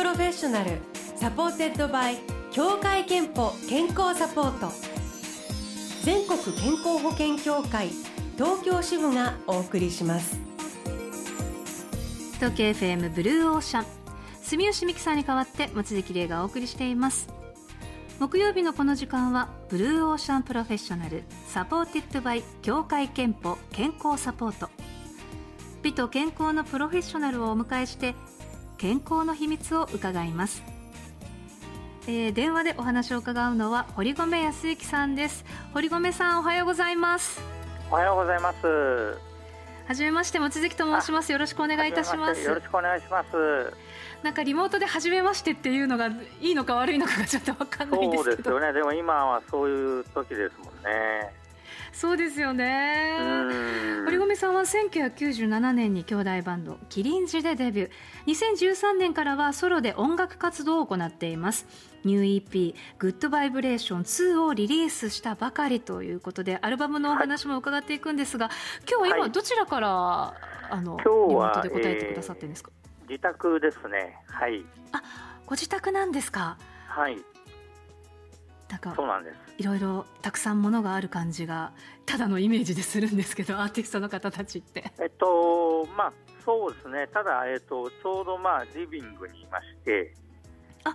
プロフェッショナルサポーテッドバイ協会憲法健康サポート、全国健康保険協会東京支部がお送りします。 東京 FM ブルーオーシャン、住吉美希さんに代わって望月理恵がお送りしています。木曜日のこの時間はブルーオーシャンプロフェッショナルサポーテッドバイ協会憲法健康サポート、美と健康のプロフェッショナルをお迎えして健康の秘密を伺います。電話でお話を伺うのは堀米康之さんです。堀米さん、おはようございます。 おはようございます。 はじめまして、望月と申します。よろしくお願いいたします。 よろしくお願いします。 なんかリモートではじめましてっていうのがいいのか悪いのかがちょっと分かんないんですけど。 そうですよね。でも今はそういう時ですもんね。 そうですよね。堀米さんは1997年に兄弟バンドキリンジでデビュー、2013年からはソロで音楽活動を行っています。ニュー EP グッドバイブレーション2をリリースしたばかりということで、アルバムのお話も伺っていくんですが、今日は今どちらから、リモートで答えてくださってるんですか？ 自宅ですね。はい。 あ、ご自宅なんですか？ はい。 なんかそうなんです。 いろいろたくさんものがある感じがただのイメージでするんですけど、アーティストの方たちってまあそうですね。ただちょうどリビングにいまして、 はい、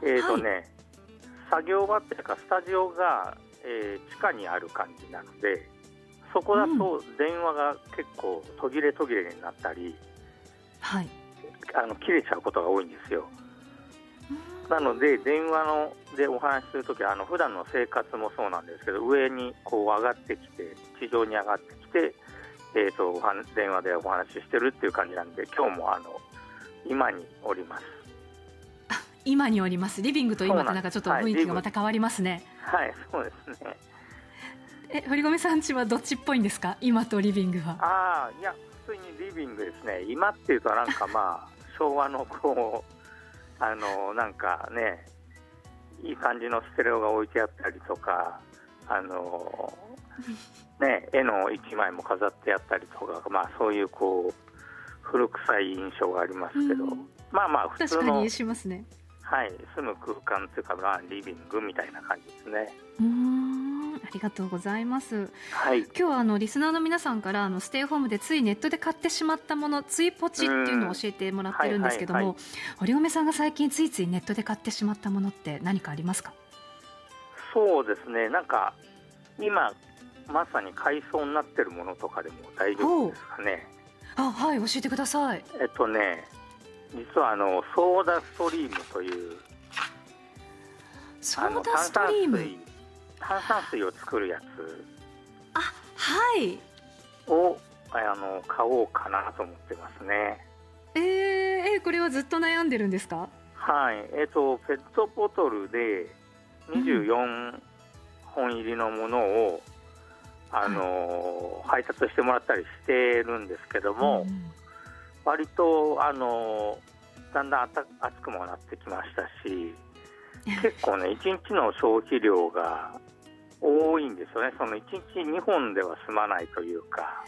作業場っていうかスタジオが、地下にある感じなので、そこだと電話が結構途切れになったり、 はい、 切れちゃうことが多いんですよ。なので電話でお話しするときは普段の生活もそうなんですけど、上にこう上がってきて、地上に上がってきて、電話でお話ししてるっていう感じなんで、今日も今におります。 今におります。リビングと今ってなんかちょっと雰囲気がまた変わりますね。 はい、そうですね。 堀米さん家はどっちっぽいんですか？今とリビングは。 いや普通にリビングですね。今っていうとなんか昭和のこうなんかね、いい感じのステレオが置いてあったりとか、絵の一枚も飾ってあったりとか、そういうこう古臭い印象がありますけど、普通の確かにしますね。 はい、住む空間というか、リビングみたいな感じですね。 ありがとうございます。 はい、 今日はリスナーの皆さんからステイホームでついネットで買ってしまったもの、ついポチっていうのを教えてもらってるんですけども、堀米さんが最近ついついネットで買ってしまったものって何かありますか？ そうですね、なんか今まさに買いそうになってるものとかでも大丈夫ですかね？ はい、教えてください。 実はソーダストリームというソーダストリーム、 炭酸水を作るやつはいを買おうかなと思ってますね。 これはずっと悩んでるんですか？ はい、ペットボトルで24本入りのものを、配達してもらったりしてるんですけども、割とだんだん暑くもなってきましたし、結構ね1日の消費量が多いんですよね。その1日2本では済まないというか、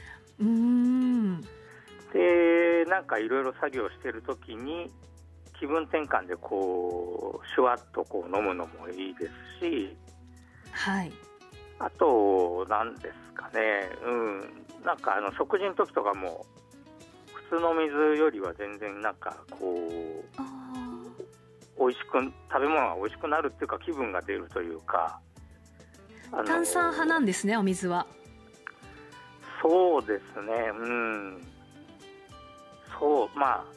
でなんかいろいろ作業してるときに気分転換でこうシュワッとこう飲むのもいいですし、 はい、 あとなんですかね、なんか食事の時とかも普通の水よりは全然なんかこう美味しく、食べ物が美味しくなるっていうか、気分が出るというか。 炭酸派なんですね、お水は。 そうですね、そう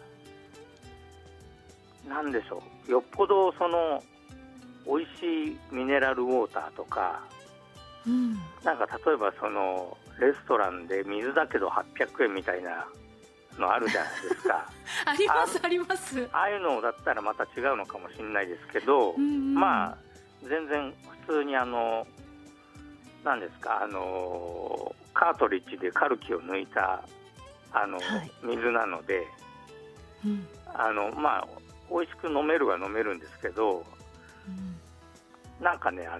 なんでしょう、よっぽどその美味しいミネラルウォーターとか、なんか例えばそのレストランで水だけど800円みたいなのあるじゃないですか。 ありますあります。 ああいうのだったらまた違うのかもしれないですけど、全然普通に何ですか、カートリッジでカルキを抜いた水なので、美味しく飲めるは飲めるんですけど、なんかね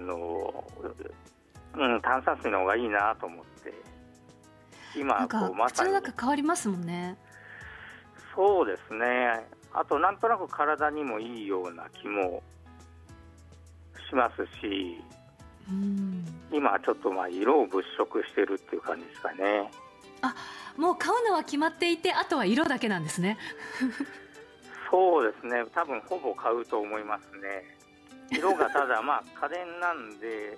炭酸水の方がいいなと思って、今なんか口の中変わりますもんね。 そうですね、 あとなんとなく体にもいいような気もしますし、今ちょっと色を物色してるっていう感じですかね。 もう買うのは決まっていて、あとは色だけなんですね。 そうですね、多分ほぼ買うと思いますね。色がただ家電なんで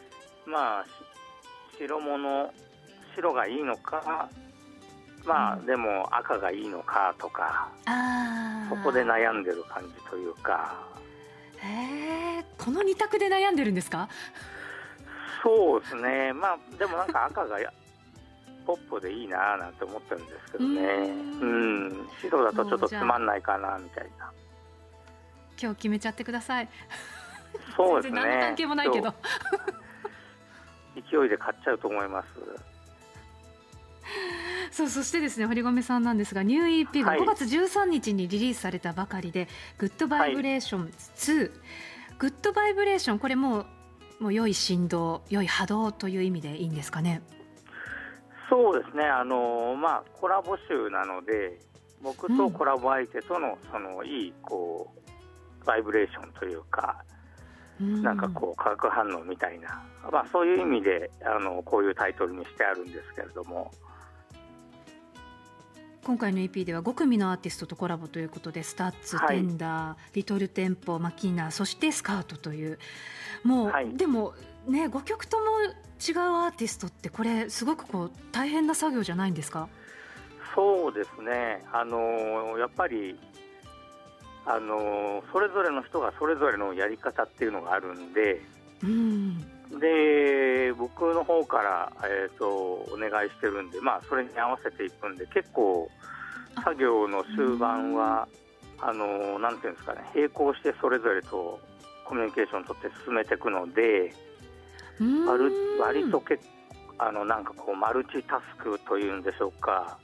白がいいのか、でも赤がいいのかとか、そこで悩んでる感じというか。 この2択で悩んでるんですか？ そうですね、でもなんか赤がポップでいいななんて思ってるんですけどね。白だとちょっとつまんないかなみたいな。 今日決めちゃってください。 そうですね、 全然何の関係もないけど勢いで買っちゃうと思います。 そしてですね、堀米さんなんですが、ニュー EP が5月13日にリリースされたばかりで、グッドバイブレーション2、グッドバイブレーション、これもう良い振動、良い波動という意味でいいんですかね？ そうですね、コラボ集なので、僕とコラボ相手とのいいバイブレーションというか、なんか化学反応みたいな、そういう意味でこういうタイトルにしてあるんですけれども、 今回の EP では5組のアーティストとコラボということで、スタッツ、テンダー、リトルテンポ、マキナ、そしてスカートという、でもね、5曲とも違うアーティストって、これすごく大変な作業じゃないんですか？ そうですね、やっぱりそれぞれの人がそれぞれのやり方っていうのがあるんで、で僕の方から、お願いしてるんで、それに合わせていくんで、結構作業の終盤はなんていうんですかね、並行してそれぞれとコミュニケーションを取って進めていくので、割となんかマルチタスクというんでしょうか。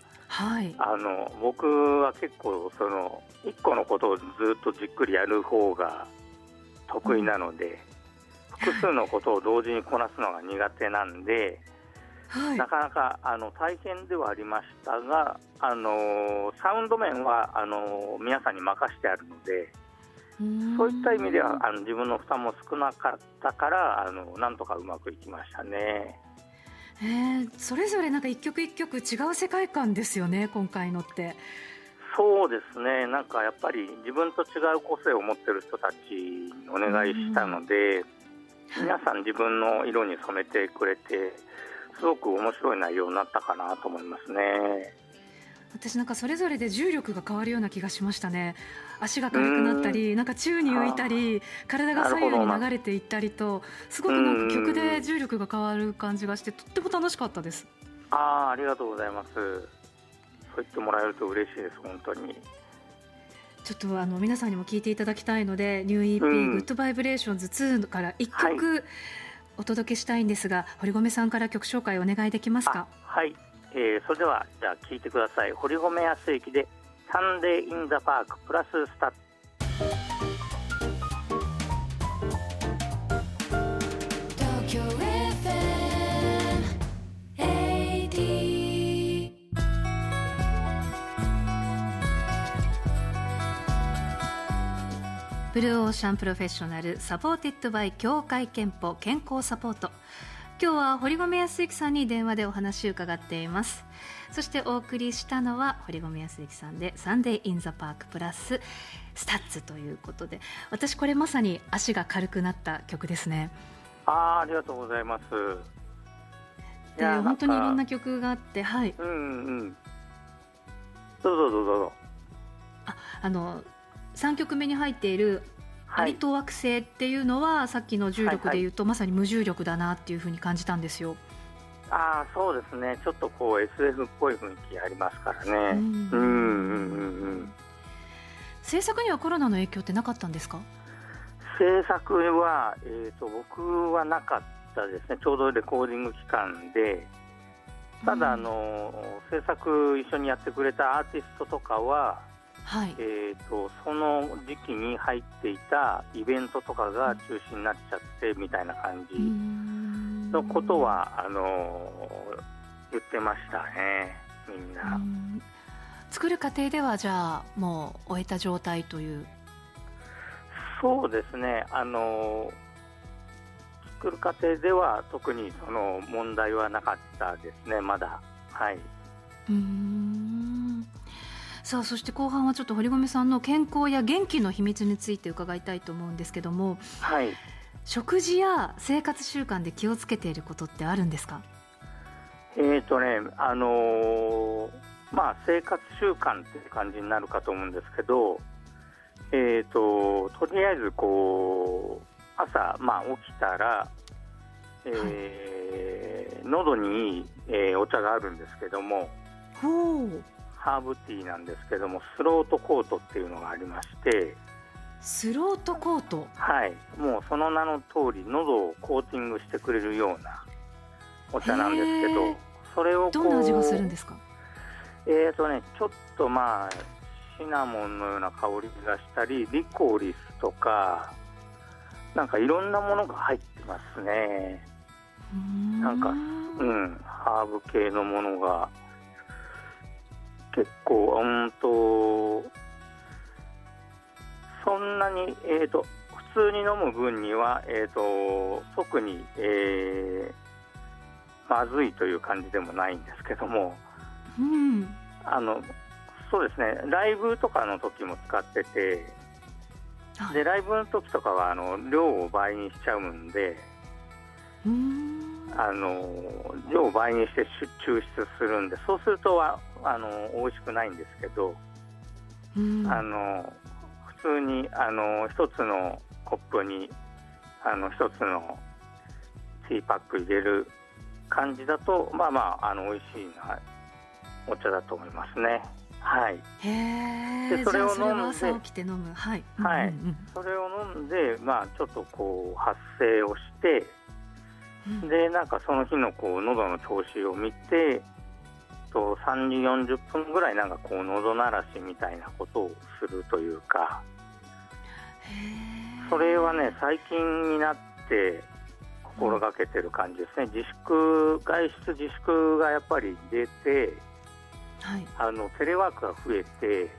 僕は結構1個のことをずっとじっくりやる方が得意なので、複数のことを同時にこなすのが苦手なんで、なかなか大変ではありましたが、サウンド面は皆さんに任せてあるので、そういった意味では自分の負担も少なかったからなんとかうまくいきましたね。 それぞれなんか一曲一曲違う世界観ですよね、今回のって。 そうですね、なんかやっぱり自分と違う個性を持ってる人たちにお願いしたので、皆さん自分の色に染めてくれて、すごく面白い内容になったかなと思いますね。 私なんかそれぞれで重力が変わるような気がしましたね。足が軽くなったり、なんか宙に浮いたり、体が左右に流れていったりと、すごくなんか曲で重力が変わる感じがして、とっても楽しかったです。 ありがとうございます。そう言ってもらえると嬉しいです、本当に。 ちょっと皆さんにも聴いていただきたいので、ニュー EP、グッドバイブレーションズ2から1曲お届けしたいんですが、堀米さんから曲紹介お願いできますか？ それではじゃあ聴いてください。堀米康之でサンデーインザパークプラススタッツ。 ブルーオーシャンプロフェッショナルサポーテッドバイ協会憲法健康サポート。今日は堀米康之さんに電話でお話を伺っています。そしてお送りしたのは堀米康之さんでサンデーインザパークプラススタッツということで、私これまさに足が軽くなった曲ですね。 ありがとうございます。 で本当にいろんな曲があって、 どうぞ。 3曲目に入っているアリと惑星っていうのは、さっきの重力でいうと、まさに無重力だなっていう風に感じたんですよ。 そうですね、ちょっとSF っぽい雰囲気ありますからね。 制作にはコロナの影響ってなかったんですか？ 制作は、僕はなかったですね。ちょうどレコーディング期間で、ただ制作一緒にやってくれたアーティストとかは、その時期に入っていたイベントとかが中止になっちゃってみたいな感じのことは言ってましたね、みんな。 作る過程ではじゃあもう終えた状態という。 そうですね、作る過程では特にその問題はなかったですね、まだ。はい。 さあ、そして後半はちょっと堀米さんの健康や元気の秘密について伺いたいと思うんですけども、 はい、 食事や生活習慣で気をつけていることってあるんですか？ まあ、生活習慣っていう感じになるかと思うんですけど、とりあえずこう朝、起きたら、喉にいい、お茶があるんですけども、ハーブティーなんですけども、スロートコートっていうのがありまして。 スロートコート。 はい、もうその名の通り喉をコーティングしてくれるようなお茶なんですけど、それをこう、 どんな味がするんですか？ ちょっとシナモンのような香りがしたり、リコリスとかなんかいろんなものが入ってますね。なんか、ハーブ系のものが結構そんなに、普通に飲む分には、特に、まずいという感じでもないんですけども、そうですね、ライブとかの時も使ってて、でライブの時とかは量を倍にしちゃうんで、量を倍にして抽出するんで、そうすると美味しくないんですけど、普通に一つのコップに一つのティーパック入れる感じだと、美味しいなお茶だと思いますね。はい。 でそれを飲んで、朝起きて飲む。はい。 それを飲んで、ちょっとこう発声をして、でなんかその日のこう喉の調子を見て、30、40分ぐらいなんかこう喉鳴らしみたいなことをするというか、それはね最近になって心がけてる感じですね。外出自粛がやっぱり出て、テレワークが増えて、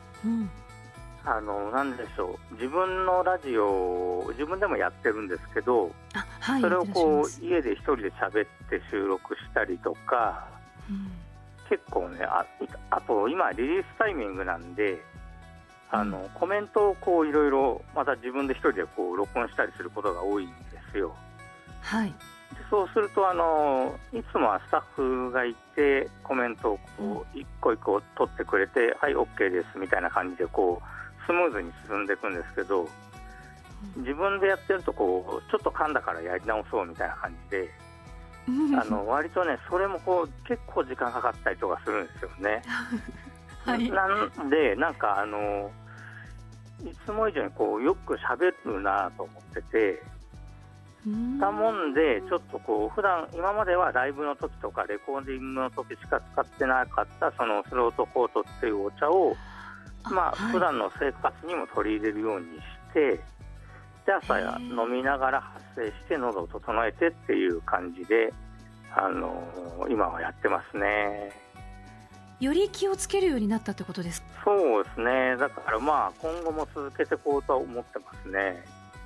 なんでしょう、自分のラジオを自分でもやってるんですけど、それをこう家で一人で喋って収録したりとか、結構ね、あと今リリースタイミングなんで、コメントをこういろいろまた自分で一人でこう録音したりすることが多いんですよ。でそうするといつもはスタッフがいてコメントをこう一個一個取ってくれて、はい OK ですみたいな感じでこうスムーズに進んでいくんですけど、自分でやってるとこうちょっと噛んだからやり直そうみたいな感じで、割とねそれもこう結構時間かかったりとかするんですよね。なんでなんかいつも以上にこうよく喋るなと思ってて、たもんでちょっとこう普段今まではライブの時とかレコーディングの時しか使ってなかったそのスロートコートっていうお茶を普段の生活にも取り入れるようにして、で朝飲みながら発声して喉を整えてっていう感じで今はやってますね。 より気をつけるようになったってことですか？ そうですね、だから今後も続けていこうとは思ってますね。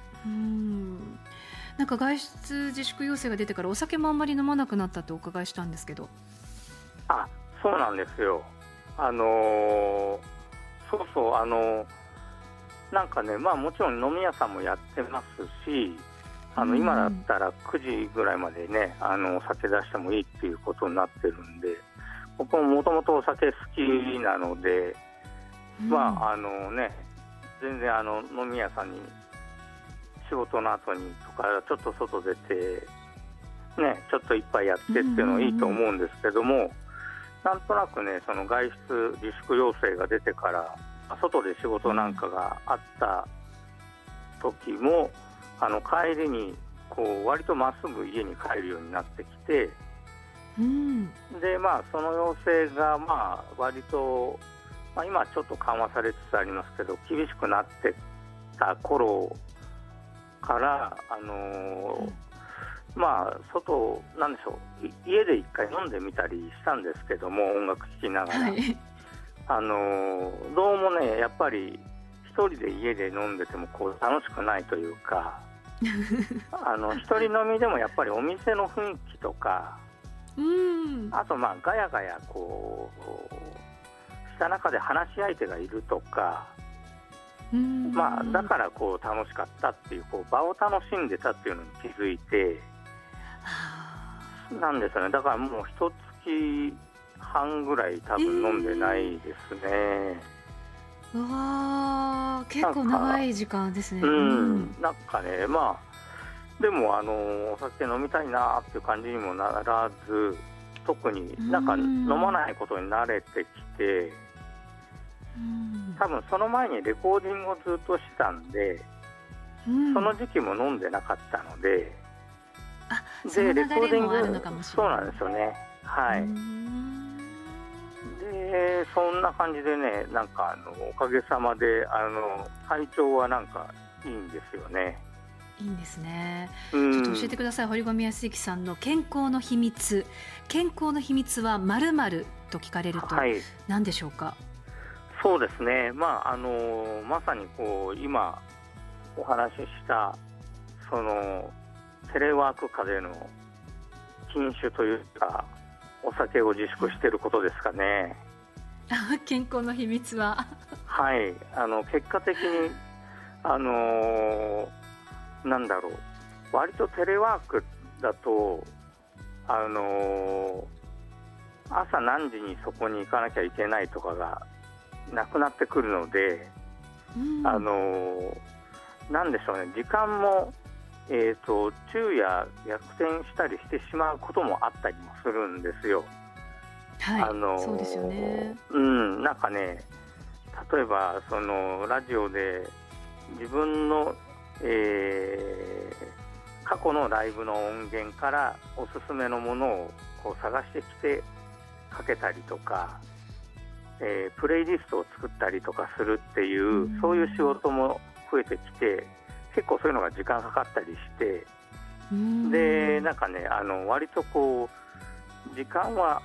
なんか外出自粛要請が出てからお酒もあんまり飲まなくなったってお伺いしたんですけど。 そうなんですよ。なんかね、もちろん飲み屋さんもやってますし、今だったら9時ぐらいまでねお酒出してもいいっていうことになってるんで、僕ももともとお酒好きなので、全然飲み屋さんに仕事の後にとかちょっと外出てねちょっと一杯やってっていうのいいと思うんですけども、なんとなくねその外出自粛要請が出てから外で仕事なんかがあった時も帰りにこう割とまっすぐ家に帰るようになってきて、でその要請が割と、今ちょっと緩和されつつありますけど厳しくなってた頃から外なんでしょう、家で一回飲んでみたりしたんですけども、音楽聴きながら、 どうもねやっぱり一人で家で飲んでてもこう楽しくないというか一人飲みでもやっぱりお店の雰囲気とか、あとガヤガヤこうした中で話し相手がいるとか、だからこう楽しかったっていう、こう場を楽しんでたっていうのに気づいてなんですよね。だからもう一月半ぐらい多分飲んでないですね。 うわー、結構長い時間ですね。 なんかね、でもお酒飲みたいなっていう感じにもならず、特になんか飲まないことに慣れてきて、多分その前にレコーディングをずっとしてたんで、その時期も飲んでなかったので、 その流れもあるのかもしれない。 そうなんですよね。はい。でそんな感じでね、なんかおかげさまで体調はなんかいいんですよね。 いいんですね。ちょっと教えてください。堀米康之さんの健康の秘密。健康の秘密は〇〇と聞かれると何でしょうか？ そうですね。まさにこう今お話ししたそのテレワーク下での禁酒というか、お酒を自粛していることですかね。 健康の秘密ははい、結果的になんだろう、割とテレワークだと朝何時にそこに行かなきゃいけないとかがなくなってくるので、なんでしょうね、時間も昼夜逆転したりしてしまうこともあったりもするんですよ。 そうですよね。 なんかね、例えばそのラジオで自分の、過去のライブの音源からおすすめのものをこう探してきてかけたりとか、プレイリストを作ったりとかするっていう、そういう仕事も増えてきて、結構そういうのが時間かかったりして、でなんかね割とこう時間は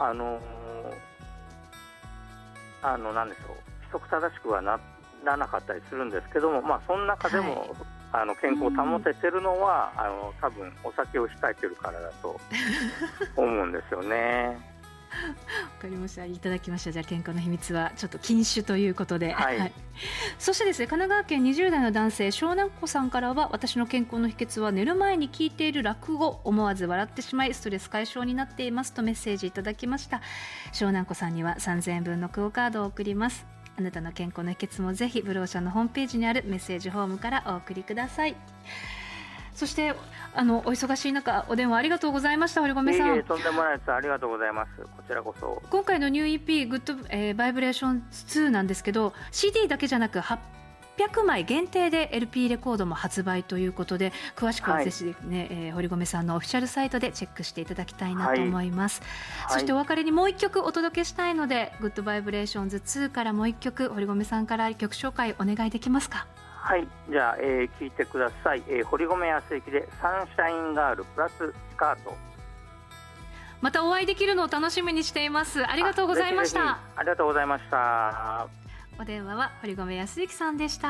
なんでしょう、規則正しくはならなかったりするんですけども、その中でも、健康を保ててるのは多分お酒を控えてるからだと思うんですよね。 わかりました。いただきました。じゃあ健康の秘密はちょっと禁酒ということで、そしてですね、神奈川県20代の男性湘南子さんからは、私の健康の秘訣は寝る前に聞いている落語、思わず笑ってしまいストレス解消になっていますとメッセージいただきました。湘南子さんには3000円分のクオカードを送ります。あなたの健康の秘訣もぜひブローシャンのホームページにあるメッセージフォームからお送りください。そしてお忙しい中お電話ありがとうございました。堀米さん、 とんでもないです。ありがとうございます。こちらこそ。 今回のニュー EP グッド、バイブレーション2なんですけど、 CD だけじゃなく800枚限定で LP レコードも発売ということで、詳しくはぜひね、堀米さんのオフィシャルサイトでチェックしていただきたいなと思います。そしてお別れにもう一曲お届けしたいので、グッドバイブレーションズ2からもう一曲、堀米さんから曲紹介お願いできますか？ はい、じゃあ、聞いてください。堀米康之でサンシャインガールプラススカート。 またお会いできるのを楽しみにしています。ありがとうございました。 ありがとうございました。 お電話は堀米康之さんでした。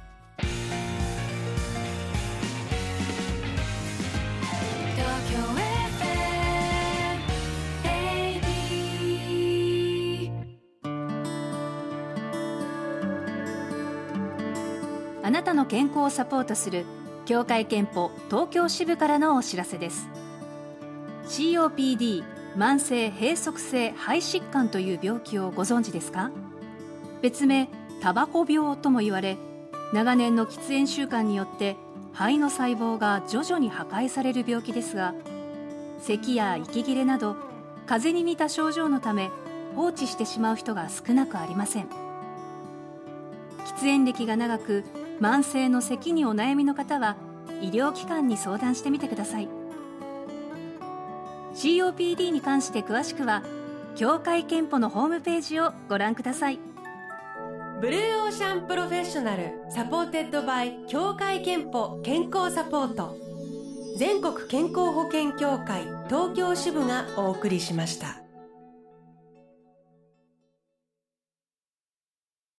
あなたの健康をサポートする協会憲法東京支部からのお知らせです。 COPD 慢性閉塞性肺疾患という病気をご存知ですか？別名タバコ病とも言われ、長年の喫煙習慣によって肺の細胞が徐々に破壊される病気ですが、咳や息切れなど風邪に似た症状のため放置してしまう人が少なくありません。喫煙歴が長く慢性の咳にお悩みの方は医療機関に相談してみてください。 COPD に関して詳しくは協会憲法のホームページをご覧ください。 ブルーオーシャンプロフェッショナルサポーテッドバイ協会憲法健康サポート、全国健康保険協会東京支部がお送りしました。